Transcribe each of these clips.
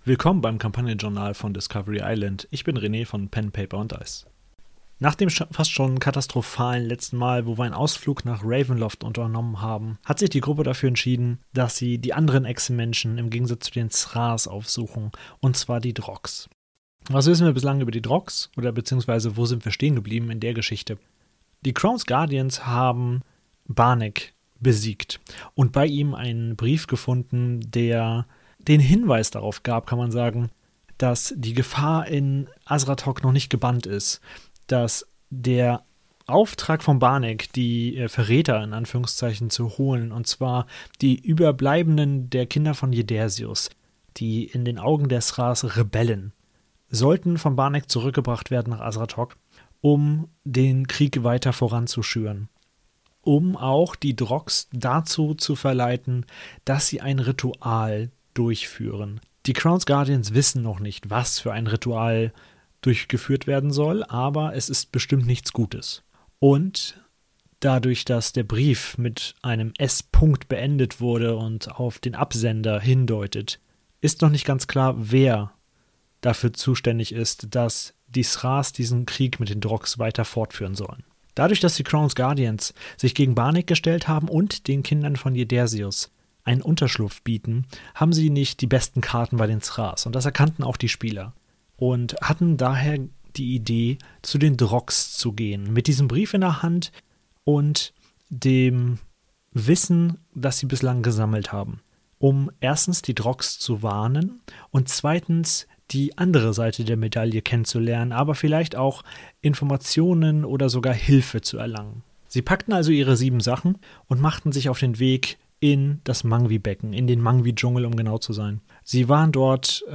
Willkommen beim Kampagnenjournal von Discovery Island. Ich bin René von Pen, Paper und Dice. Nach dem fast schon katastrophalen letzten Mal, wo wir einen Ausflug nach Ravenloft unternommen haben, hat sich die Gruppe dafür entschieden, dass sie die anderen Echsenmenschen im Gegensatz zu den Thras aufsuchen, und zwar die Drogs. Was wissen wir bislang über die Drogs, oder beziehungsweise wo sind wir stehen geblieben in der Geschichte? Die Crown's Guardians haben Barnek besiegt und bei ihm einen Brief gefunden, der den Hinweis darauf gab, kann man sagen, dass die Gefahr in Azratok noch nicht gebannt ist, dass der Auftrag von Barnek, die Verräter in Anführungszeichen zu holen, und zwar die Überbleibenden der Kinder von Jedersius, die in den Augen der Thras rebellen, sollten von Barnek zurückgebracht werden nach Azratok, um den Krieg weiter voranzuschüren, um auch die Drogs dazu zu verleiten, dass sie ein Ritual durchführen. Die Crown's Guardians wissen noch nicht, was für ein Ritual durchgeführt werden soll, aber es ist bestimmt nichts Gutes. Und dadurch, dass der Brief mit einem S-Punkt beendet wurde und auf den Absender hindeutet, ist noch nicht ganz klar, wer dafür zuständig ist, dass die Thras diesen Krieg mit den Drogs weiter fortführen sollen. Dadurch, dass die Crown's Guardians sich gegen Barnek gestellt haben und den Kindern von Jedersius einen Unterschlupf bieten, haben sie nicht die besten Karten bei den Thras. Und das erkannten auch die Spieler. Und hatten daher die Idee, zu den Drogs zu gehen. Mit diesem Brief in der Hand und dem Wissen, das sie bislang gesammelt haben. Um erstens die Drogs zu warnen und zweitens die andere Seite der Medaille kennenzulernen, aber vielleicht auch Informationen oder sogar Hilfe zu erlangen. Sie packten also ihre 7 Sachen und machten sich auf den Weg in das Mangwi-Becken, in den Mangwi-Dschungel, um genau zu sein. Sie waren dort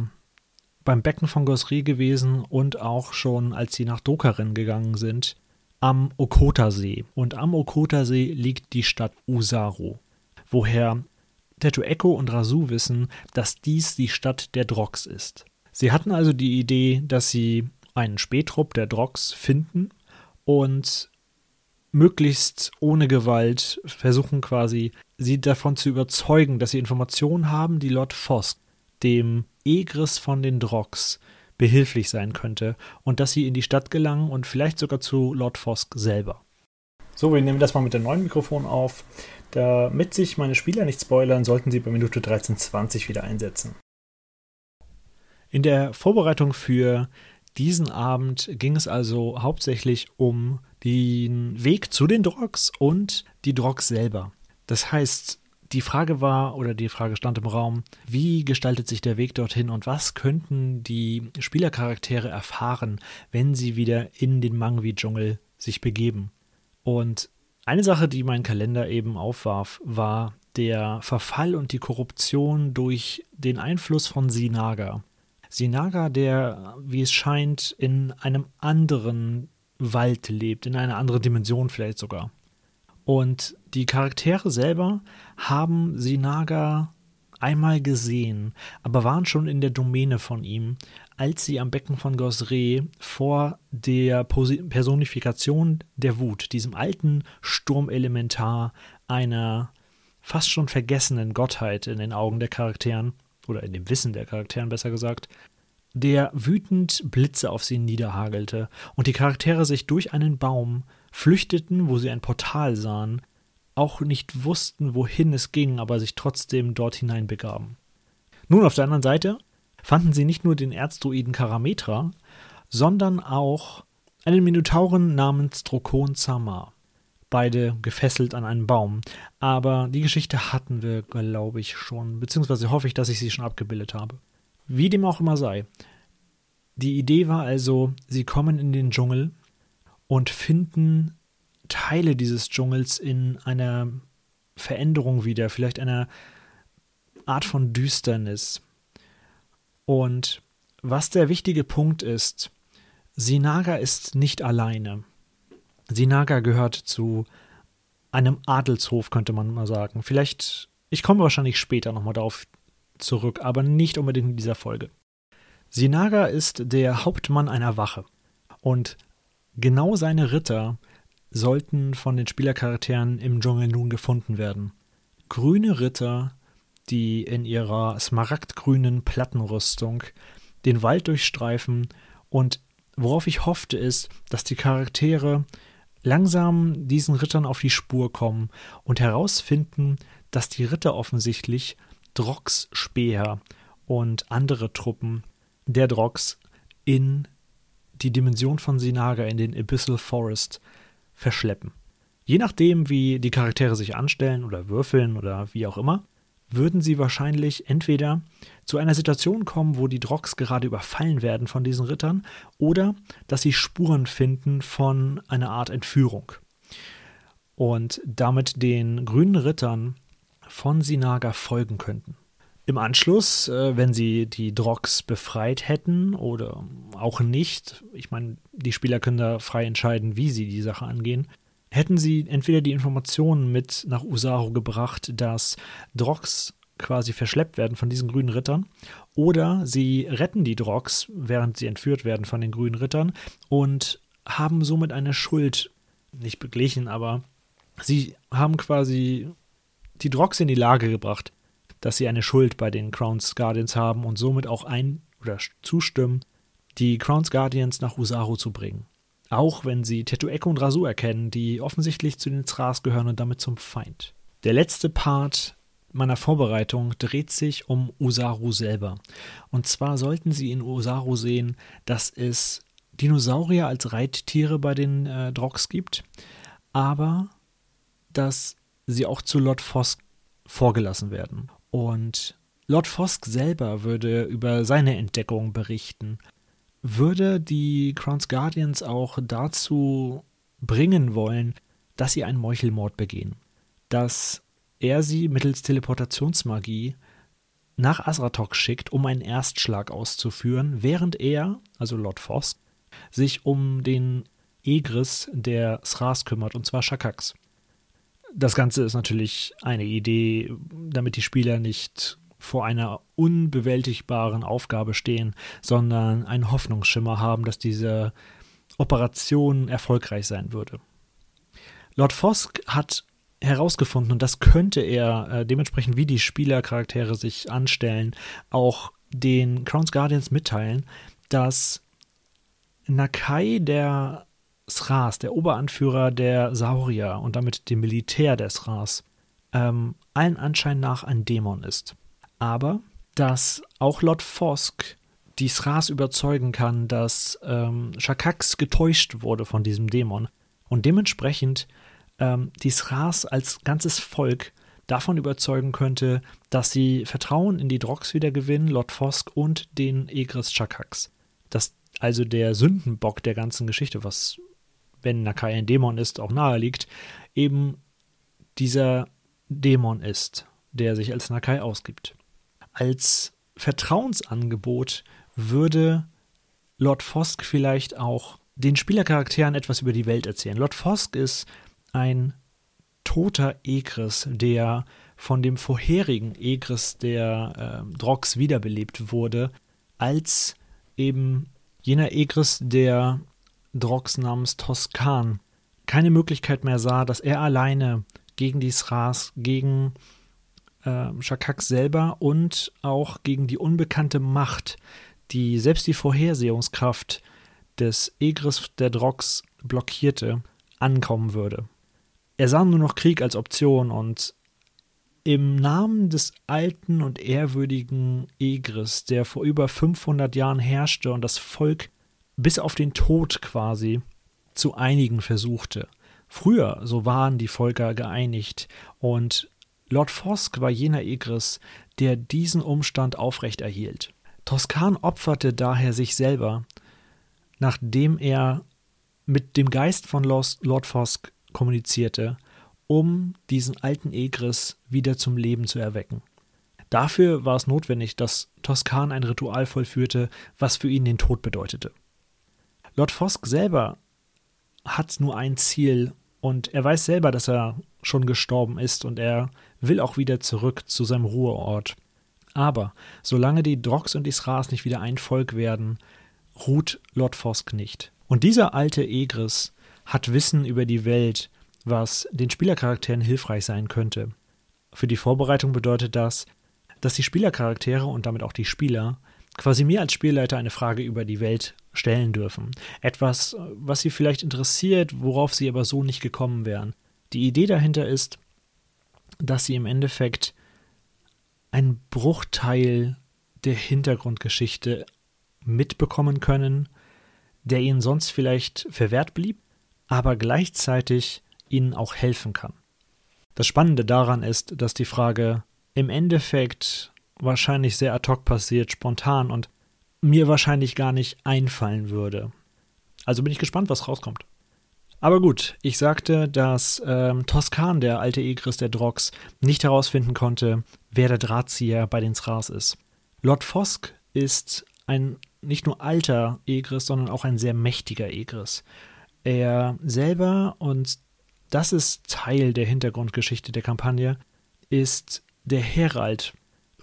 beim Becken von Gosri gewesen und auch schon, als sie nach Dokeren gegangen sind, am Okota-See. Und am Okota-See liegt die Stadt Usaru, woher Tetu Echo und Rasu wissen, dass dies die Stadt der Drogs ist. Sie hatten also die Idee, dass sie einen Spähtrupp der Drogs finden und möglichst ohne Gewalt versuchen quasi, sie davon zu überzeugen, dass sie Informationen haben, die Lord Fosk, dem Egris von den Drogs, behilflich sein könnte und dass sie in die Stadt gelangen und vielleicht sogar zu Lord Fosk selber. So, wir nehmen das mal mit dem neuen Mikrofon auf. Damit sich meine Spieler nicht spoilern, sollten sie bei Minute 13:20 wieder einsetzen. In der Vorbereitung für diesen Abend ging es also hauptsächlich um den Weg zu den Drogs und die Drogs selber. Das heißt, die Frage stand im Raum, wie gestaltet sich der Weg dorthin und was könnten die Spielercharaktere erfahren, wenn sie wieder in den Mangwi-Dschungel sich begeben. Und eine Sache, die mein Kalender eben aufwarf, war der Verfall und die Korruption durch den Einfluss von Sinaga. Sinaga, der, wie es scheint, in einem anderen Wald lebt, in einer anderen Dimension vielleicht sogar. Und die Charaktere selber haben Sinaga einmal gesehen, aber waren schon in der Domäne von ihm, als sie am Becken von Gosre vor der Personifikation der Wut, diesem alten Sturmelementar, einer fast schon vergessenen Gottheit in den Augen der Charakteren, oder in dem Wissen der Charakteren besser gesagt, der wütend Blitze auf sie niederhagelte und die Charaktere sich durch einen Baum flüchteten, wo sie ein Portal sahen, auch nicht wussten, wohin es ging, aber sich trotzdem dort hinein begaben. Nun, auf der anderen Seite fanden sie nicht nur den Erzdruiden Karametra, sondern auch einen Minotauren namens Drokon Zamar. Beide gefesselt an einen Baum. Aber die Geschichte hatten wir, glaube ich, schon, beziehungsweise hoffe ich, dass ich sie schon abgebildet habe. Wie dem auch immer sei. Die Idee war also, sie kommen in den Dschungel und finden Teile dieses Dschungels in einer Veränderung wieder, vielleicht einer Art von Düsternis. Und was der wichtige Punkt ist, Sinaga ist nicht alleine. Sinaga gehört zu einem Adelshof, könnte man mal sagen. Vielleicht, ich komme wahrscheinlich später nochmal darauf zurück, aber nicht unbedingt in dieser Folge. Sinaga ist der Hauptmann einer Wache. Und genau seine Ritter sollten von den Spielercharakteren im Dschungel nun gefunden werden. Grüne Ritter, die in ihrer smaragdgrünen Plattenrüstung den Wald durchstreifen, und worauf ich hoffte ist, dass die Charaktere langsam diesen Rittern auf die Spur kommen und herausfinden, dass die Ritter offensichtlich Drogs Späher und andere Truppen der Drogs in die Dimension von Sinaga, in den Abyssal Forest, verschleppen. Je nachdem, wie die Charaktere sich anstellen oder würfeln oder wie auch immer, würden sie wahrscheinlich entweder zu einer Situation kommen, wo die Drogs gerade überfallen werden von diesen Rittern, oder dass sie Spuren finden von einer Art Entführung und damit den grünen Rittern von Sinaga folgen könnten. Im Anschluss, wenn sie die Drogs befreit hätten oder auch nicht, ich meine, die Spieler können da frei entscheiden, wie sie die Sache angehen, hätten sie entweder die Informationen mit nach Usaru gebracht, dass Drogs quasi verschleppt werden von diesen grünen Rittern, oder sie retten die Drogs, während sie entführt werden von den grünen Rittern, und haben somit eine Schuld nicht beglichen, aber sie haben quasi die Drogs in die Lage gebracht, dass sie eine Schuld bei den Crown's Guardians haben und somit auch zustimmen, die Crown's Guardians nach Usaru zu bringen. Auch wenn sie Tetueko und Rasu erkennen, die offensichtlich zu den Thras gehören und damit zum Feind. Der letzte Part meiner Vorbereitung dreht sich um Usaru selber. Und zwar sollten sie in Usaru sehen, dass es Dinosaurier als Reittiere bei den Drogs gibt, aber dass sie auch zu Lord Fosk vorgelassen werden. Und Lord Fosk selber würde über seine Entdeckung berichten, würde die Crown's Guardians auch dazu bringen wollen, dass sie einen Meuchelmord begehen. Dass er sie mittels Teleportationsmagie nach Azratok schickt, um einen Erstschlag auszuführen, während er, also Lord Fosk, sich um den Egris der Thras kümmert, und zwar Shakax. Das Ganze ist natürlich eine Idee, damit die Spieler nicht vor einer unbewältigbaren Aufgabe stehen, sondern einen Hoffnungsschimmer haben, dass diese Operation erfolgreich sein würde. Lord Fosk hat herausgefunden, und das könnte er dementsprechend, wie die Spielercharaktere sich anstellen, auch den Crown's Guardians mitteilen, dass Nakai der Thras, der Oberanführer der Saurier und damit dem Militär der Thras, allen Anschein nach ein Dämon ist. Aber dass auch Lord Fosk die Thras überzeugen kann, dass Shakax getäuscht wurde von diesem Dämon und dementsprechend die Thras als ganzes Volk davon überzeugen könnte, dass sie Vertrauen in die Drogs wieder gewinnen, Lord Fosk und den Egris Shakax. Dass also der Sündenbock der ganzen Geschichte, was, wenn Nakai ein Dämon ist, auch nahe liegt, eben dieser Dämon ist, der sich als Nakai ausgibt. Als Vertrauensangebot würde Lord Fosk vielleicht auch den Spielercharakteren etwas über die Welt erzählen. Lord Fosk ist ein toter Egris, der von dem vorherigen Egris der Drogs wiederbelebt wurde, als eben jener Egris der Drogs namens Toskan keine Möglichkeit mehr sah, dass er alleine gegen die Thras, gegen Shakax selber und auch gegen die unbekannte Macht, die selbst die Vorhersehungskraft des Egris der Drogs blockierte, ankommen würde. Er sah nur noch Krieg als Option, und im Namen des alten und ehrwürdigen Egris, der vor über 500 Jahren herrschte und das Volk bis auf den Tod quasi zu einigen versuchte. Früher, so waren die Völker geeinigt, und Lord Fosk war jener Egris, der diesen Umstand aufrechterhielt. Toskan opferte daher sich selber, nachdem er mit dem Geist von Lord Fosk kommunizierte, um diesen alten Egris wieder zum Leben zu erwecken. Dafür war es notwendig, dass Toskan ein Ritual vollführte, was für ihn den Tod bedeutete. Lord Fosk selber hat nur ein Ziel, und er weiß selber, dass er schon gestorben ist, und er will auch wieder zurück zu seinem Ruheort. Aber solange die Drogs und die Thras nicht wieder ein Volk werden, ruht Lord Fosk nicht. Und dieser alte Egris hat Wissen über die Welt, was den Spielercharakteren hilfreich sein könnte. Für die Vorbereitung bedeutet das, dass die Spielercharaktere und damit auch die Spieler quasi mir als Spielleiter eine Frage über die Welt stellen dürfen. Etwas, was sie vielleicht interessiert, worauf sie aber so nicht gekommen wären. Die Idee dahinter ist, dass sie im Endeffekt einen Bruchteil der Hintergrundgeschichte mitbekommen können, der ihnen sonst vielleicht verwehrt blieb, aber gleichzeitig ihnen auch helfen kann. Das Spannende daran ist, dass die Frage im Endeffekt wahrscheinlich sehr ad hoc passiert, spontan und mir wahrscheinlich gar nicht einfallen würde. Also bin ich gespannt, was rauskommt. Aber gut, ich sagte, dass Toscan, der alte Egris der Drogs, nicht herausfinden konnte, wer der Drahtzieher bei den Thras ist. Lord Fosk ist ein nicht nur alter Egris, sondern auch ein sehr mächtiger Egris. Er selber, und das ist Teil der Hintergrundgeschichte der Kampagne, ist der Herald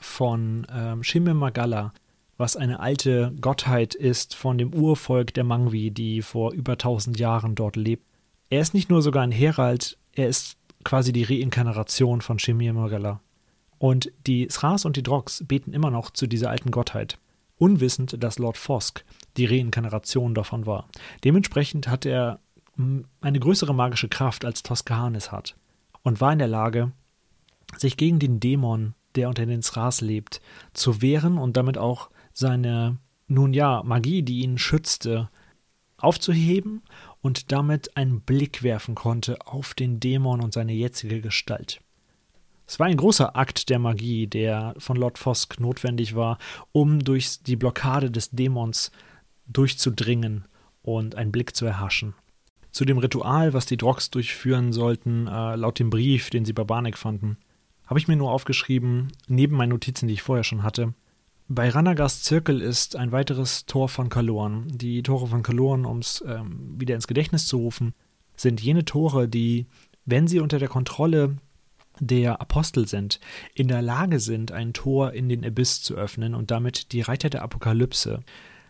von Shimir Magala, was eine alte Gottheit ist von dem Urvolk der Mangvi, die vor über 1000 Jahren dort lebt. Er ist nicht nur sogar ein Herald, er ist quasi die Reinkarnation von Shimir Magala. Und die Thras und die Drogs beten immer noch zu dieser alten Gottheit, unwissend, dass Lord Fosk die Reinkarnation davon war. Dementsprechend hat er eine größere magische Kraft, als Toscan es hat, und war in der Lage, sich gegen den Dämon, der unter den Thras lebt, zu wehren und damit auch seine, Magie, die ihn schützte, aufzuheben und damit einen Blick werfen konnte auf den Dämon und seine jetzige Gestalt. Es war ein großer Akt der Magie, der von Lord Fosk notwendig war, um durch die Blockade des Dämons durchzudringen und einen Blick zu erhaschen. Zu dem Ritual, was die Drogs durchführen sollten, laut dem Brief, den sie bei Barnek fanden, habe ich mir nur aufgeschrieben, neben meinen Notizen, die ich vorher schon hatte: Bei Ranagast Zirkel ist ein weiteres Tor von Kalorn. Die Tore von Kalorn, um es wieder ins Gedächtnis zu rufen, sind jene Tore, die, wenn sie unter der Kontrolle der Apostel sind, in der Lage sind, ein Tor in den Abyss zu öffnen und damit die Reiter der Apokalypse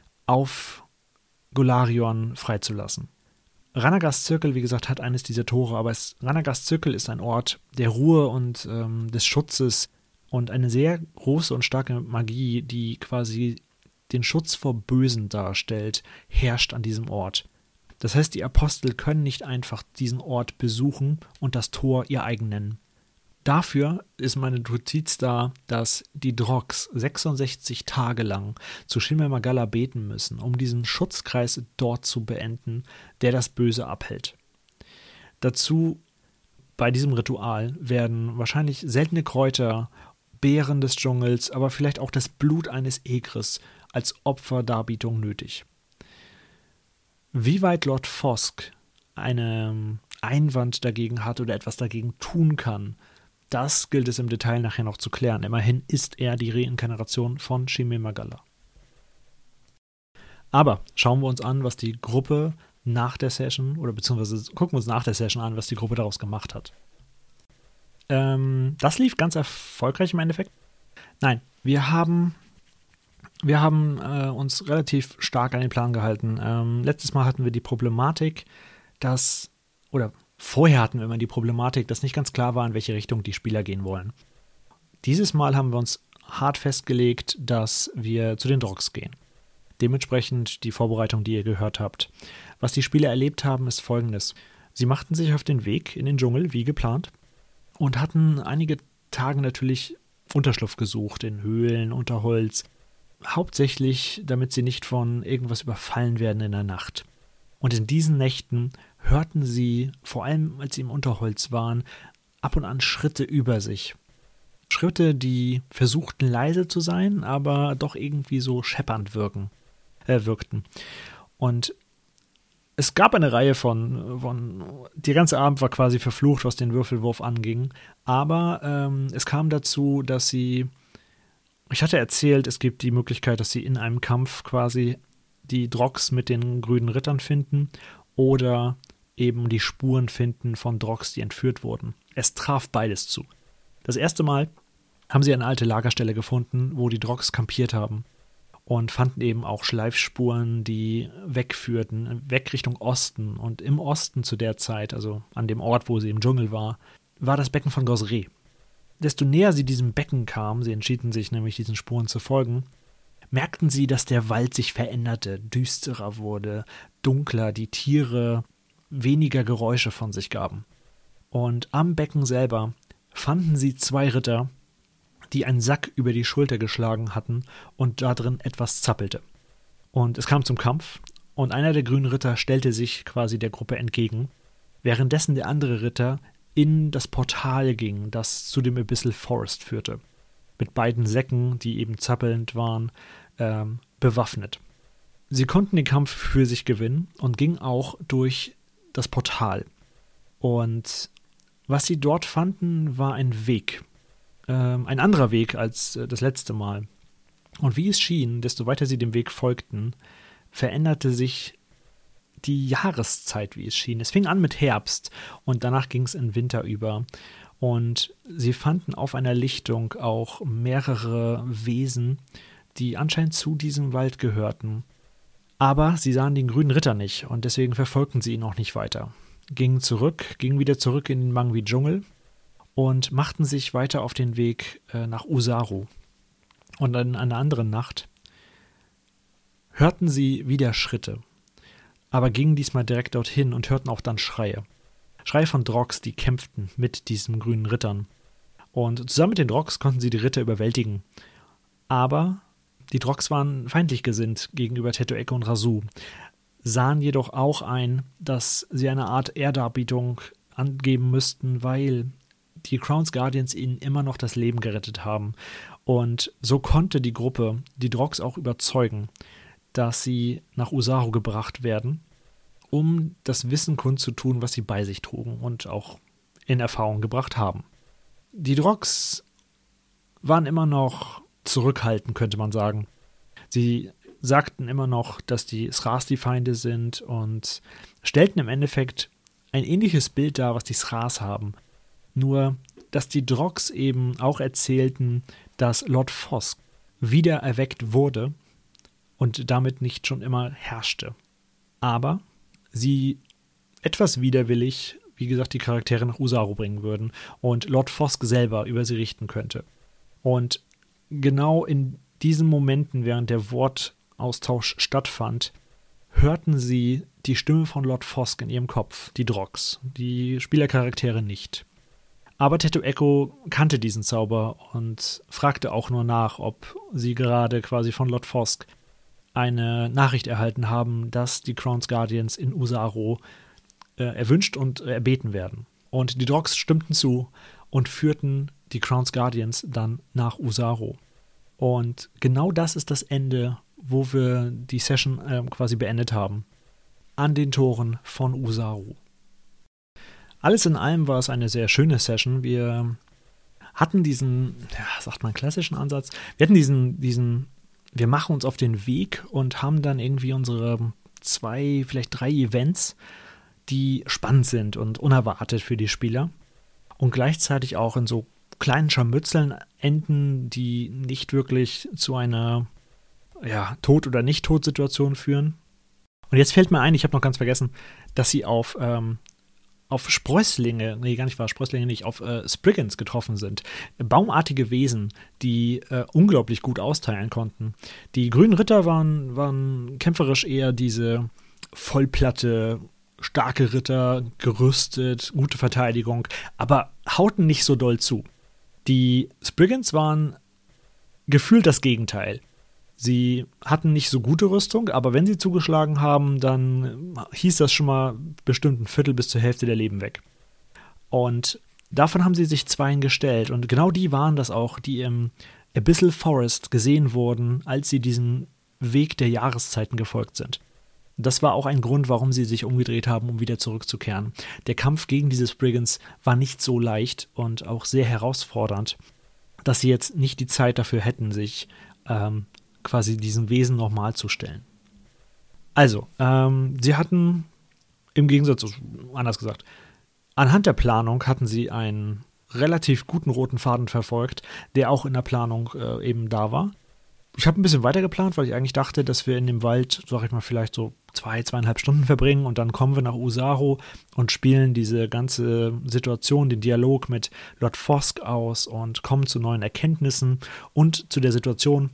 auf Golarion freizulassen. Ranagast Zirkel, wie gesagt, hat eines dieser Tore, aber Ranagast Zirkel ist ein Ort der Ruhe und des Schutzes und eine sehr große und starke Magie, die quasi den Schutz vor Bösen darstellt, herrscht an diesem Ort. Das heißt, die Apostel können nicht einfach diesen Ort besuchen und das Tor ihr eigen nennen. Dafür ist meine Notiz da, dass die Drogs 66 Tage lang zu Shimir Magala beten müssen, um diesen Schutzkreis dort zu beenden, der das Böse abhält. Dazu, bei diesem Ritual, werden wahrscheinlich seltene Kräuter, Beeren des Dschungels, aber vielleicht auch das Blut eines Egris als Opferdarbietung nötig. Wie weit Lord Fosk einen Einwand dagegen hat oder etwas dagegen tun kann, das gilt es im Detail nachher noch zu klären. Immerhin ist er die Reinkarnation von Shimir Magala. Aber schauen wir uns an, was die Gruppe nach der Session, oder beziehungsweise gucken wir uns nach der Session an, was die Gruppe daraus gemacht hat. Das lief ganz erfolgreich im Endeffekt. Nein, wir haben uns relativ stark an den Plan gehalten. Letztes Mal hatten wir die Problematik, vorher hatten wir immer die Problematik, dass nicht ganz klar war, in welche Richtung die Spieler gehen wollen. Dieses Mal haben wir uns hart festgelegt, dass wir zu den Drogs gehen. Dementsprechend die Vorbereitung, die ihr gehört habt. Was die Spieler erlebt haben, ist Folgendes. Sie machten sich auf den Weg in den Dschungel, wie geplant, und hatten einige Tage natürlich Unterschlupf gesucht, in Höhlen, unter Holz. Hauptsächlich, damit sie nicht von irgendwas überfallen werden in der Nacht. Und in diesen Nächten hörten sie, vor allem als sie im Unterholz waren, ab und an Schritte über sich. Schritte, die versuchten leise zu sein, aber doch irgendwie so scheppernd wirkten. Und es gab eine Reihe der ganze Abend war quasi verflucht, was den Würfelwurf anging, aber es kam dazu, dass ich hatte erzählt, es gibt die Möglichkeit, dass sie in einem Kampf quasi die Drogs mit den grünen Rittern finden oder eben die Spuren finden von Drogs, die entführt wurden. Es traf beides zu. Das erste Mal haben sie eine alte Lagerstelle gefunden, wo die Drogs kampiert haben und fanden eben auch Schleifspuren, die wegführten, weg Richtung Osten. Und im Osten zu der Zeit, also an dem Ort, wo sie im Dschungel war das Becken von Gosre. desto näher sie diesem Becken kamen, sie entschieden sich nämlich diesen Spuren zu folgen, merkten sie, dass der Wald sich veränderte, düsterer wurde, dunkler, die Tiere weniger Geräusche von sich gaben. Und am Becken selber fanden sie 2 Ritter, die einen Sack über die Schulter geschlagen hatten und da drin etwas zappelte. Und es kam zum Kampf und einer der grünen Ritter stellte sich quasi der Gruppe entgegen, währenddessen der andere Ritter in das Portal ging, das zu dem Abyssal Forest führte, mit beiden Säcken, die eben zappelnd waren, bewaffnet. Sie konnten den Kampf für sich gewinnen und gingen auch durch das Portal. Und was sie dort fanden, war ein Weg. Ein anderer Weg als das letzte Mal. Und wie es schien, desto weiter sie dem Weg folgten, veränderte sich die Jahreszeit, wie es schien. Es fing an mit Herbst und danach ging es in Winter über. Und sie fanden auf einer Lichtung auch mehrere Wesen, die anscheinend zu diesem Wald gehörten. Aber sie sahen den grünen Ritter nicht und deswegen verfolgten sie ihn auch nicht weiter. Gingen wieder zurück in den Mangwi-Dschungel und machten sich weiter auf den Weg nach Usaru. Und in einer anderen Nacht hörten sie wieder Schritte, aber gingen diesmal direkt dorthin und hörten auch dann Schreie. Schreie von Drogs, die kämpften mit diesen grünen Rittern. Und zusammen mit den Drogs konnten sie die Ritter überwältigen. Aber die Drogs waren feindlich gesinnt gegenüber Tetoeko und Rasu, sahen jedoch auch ein, dass sie eine Art Ehrdarbietung angeben müssten, weil die Crown's Guardians ihnen immer noch das Leben gerettet haben. Und so konnte die Gruppe die Drogs auch überzeugen, dass sie nach Usaru gebracht werden, um das Wissen kundzutun, was sie bei sich trugen und auch in Erfahrung gebracht haben. Die Drogs waren immer noch zurückhaltend, könnte man sagen. Sie sagten immer noch, dass die Sras die Feinde sind und stellten im Endeffekt ein ähnliches Bild dar, was die Sras haben. Nur, dass die Drogs eben auch erzählten, dass Lord Fosk wieder erweckt wurde und damit nicht schon immer herrschte. Aber sie etwas widerwillig, wie gesagt, die Charaktere nach Usaru bringen würden und Lord Fosk selber über sie richten könnte. Und genau in diesen Momenten, während der Wortaustausch stattfand, hörten sie die Stimme von Lord Fosk in ihrem Kopf, die Drogs, die Spielercharaktere nicht. Aber Tetoeko kannte diesen Zauber und fragte auch nur nach, ob sie gerade quasi von Lord Fosk eine Nachricht erhalten haben, dass die Crown's Guardians in Usaru erwünscht und erbeten werden. Und die Drogs stimmten zu und führten die Crown's Guardians dann nach Usaru. Und genau das ist das Ende, wo wir die Session quasi beendet haben. An den Toren von Usaru. Alles in allem war es eine sehr schöne Session. Wir hatten diesen, sagt man, klassischen Ansatz. Wir hatten diesen, wir machen uns auf den Weg und haben dann irgendwie unsere 2, vielleicht 3 Events, die spannend sind und unerwartet für die Spieler. Und gleichzeitig auch in so kleinen Scharmützeln enden, die nicht wirklich zu einer Tod- oder Nicht-Tod-Situation führen. Und jetzt fällt mir ein, ich habe noch ganz vergessen, dass sie auf Sprösslinge, auf Spriggans getroffen sind. Baumartige Wesen, die unglaublich gut austeilen konnten. Die grünen Ritter waren kämpferisch eher diese vollplatte, starke Ritter, gerüstet, gute Verteidigung, aber hauten nicht so doll zu. Die Spriggans waren gefühlt das Gegenteil. Sie hatten nicht so gute Rüstung, aber wenn sie zugeschlagen haben, dann hieß das schon mal bestimmt ein Viertel bis zur Hälfte der Leben weg. Und davon haben sie sich 2 gestellt. Und genau die waren das auch, die im Abyssal Forest gesehen wurden, als sie diesem Weg der Jahreszeiten gefolgt sind. Das war auch ein Grund, warum sie sich umgedreht haben, um wieder zurückzukehren. Der Kampf gegen diese Spriggans war nicht so leicht und auch sehr herausfordernd, dass sie jetzt nicht die Zeit dafür hätten, sich quasi diesem Wesen nochmal zu stellen. Also, sie hatten im Gegensatz, anders gesagt, anhand der Planung hatten sie einen relativ guten roten Faden verfolgt, der auch in der Planung eben da war. Ich habe ein bisschen weiter geplant, weil ich eigentlich dachte, dass wir in dem Wald, sag ich mal, vielleicht so 2,5 Stunden verbringen und dann kommen wir nach Usaro und spielen diese ganze Situation, den Dialog mit Lord Fosk aus und kommen zu neuen Erkenntnissen und zu der Situation,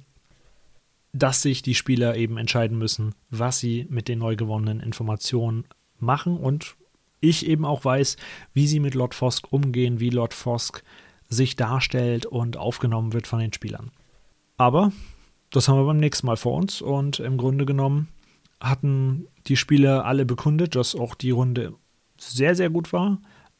dass sich die Spieler eben entscheiden müssen, was sie mit den neu gewonnenen Informationen machen und ich eben auch weiß, wie sie mit Lord Fosk umgehen, wie Lord Fosk sich darstellt und aufgenommen wird von den Spielern. Aber das haben wir beim nächsten Mal vor uns und im Grunde genommen hatten die Spieler alle bekundet, dass auch die Runde sehr, sehr gut war.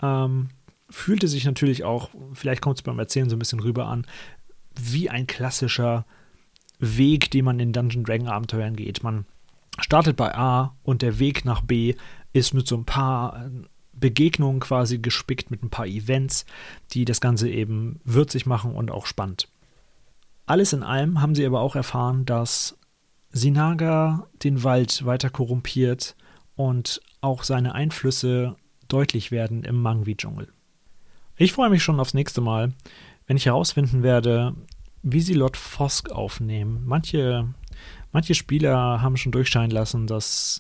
Fühlte sich natürlich auch, vielleicht kommt es beim Erzählen so ein bisschen rüber an, wie ein klassischer Weg, den man in Dungeon Dragon Abenteuern geht. Man startet bei A und der Weg nach B ist mit so ein paar Begegnungen quasi gespickt, mit ein paar Events, die das Ganze eben würzig machen und auch spannend. Alles in allem haben sie aber auch erfahren, dass Sinaga den Wald weiter korrumpiert und auch seine Einflüsse deutlich werden im Mangvi-Dschungel. Ich freue mich schon aufs nächste Mal, wenn ich herausfinden werde, wie sie Lord Fosk aufnehmen. Manche Spieler haben schon durchscheinen lassen, dass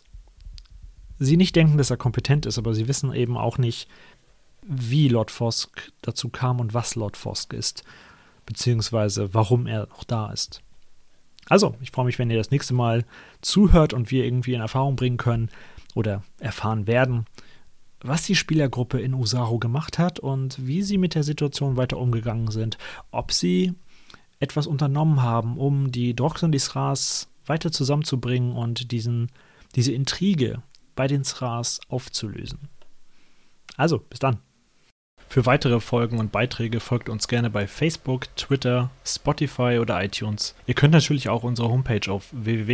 sie nicht denken, dass er kompetent ist, aber sie wissen eben auch nicht, wie Lord Fosk dazu kam und was Lord Fosk ist, beziehungsweise warum er noch da ist. Also, ich freue mich, wenn ihr das nächste Mal zuhört und wir irgendwie in Erfahrung bringen können oder erfahren werden, was die Spielergruppe in Usaro gemacht hat und wie sie mit der Situation weiter umgegangen sind, ob sie etwas unternommen haben, um die Drogs und die Sras weiter zusammenzubringen und diese Intrige bei den Sras aufzulösen. Also, bis dann. Für weitere Folgen und Beiträge folgt uns gerne bei Facebook, Twitter, Spotify oder iTunes. Ihr könnt natürlich auch unsere Homepage auf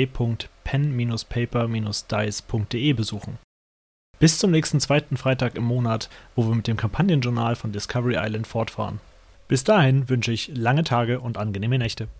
www.pen-paper-dice.de besuchen. Bis zum nächsten zweiten Freitag im Monat, wo wir mit dem Kampagnenjournal von Discovery Island fortfahren. Bis dahin wünsche ich lange Tage und angenehme Nächte.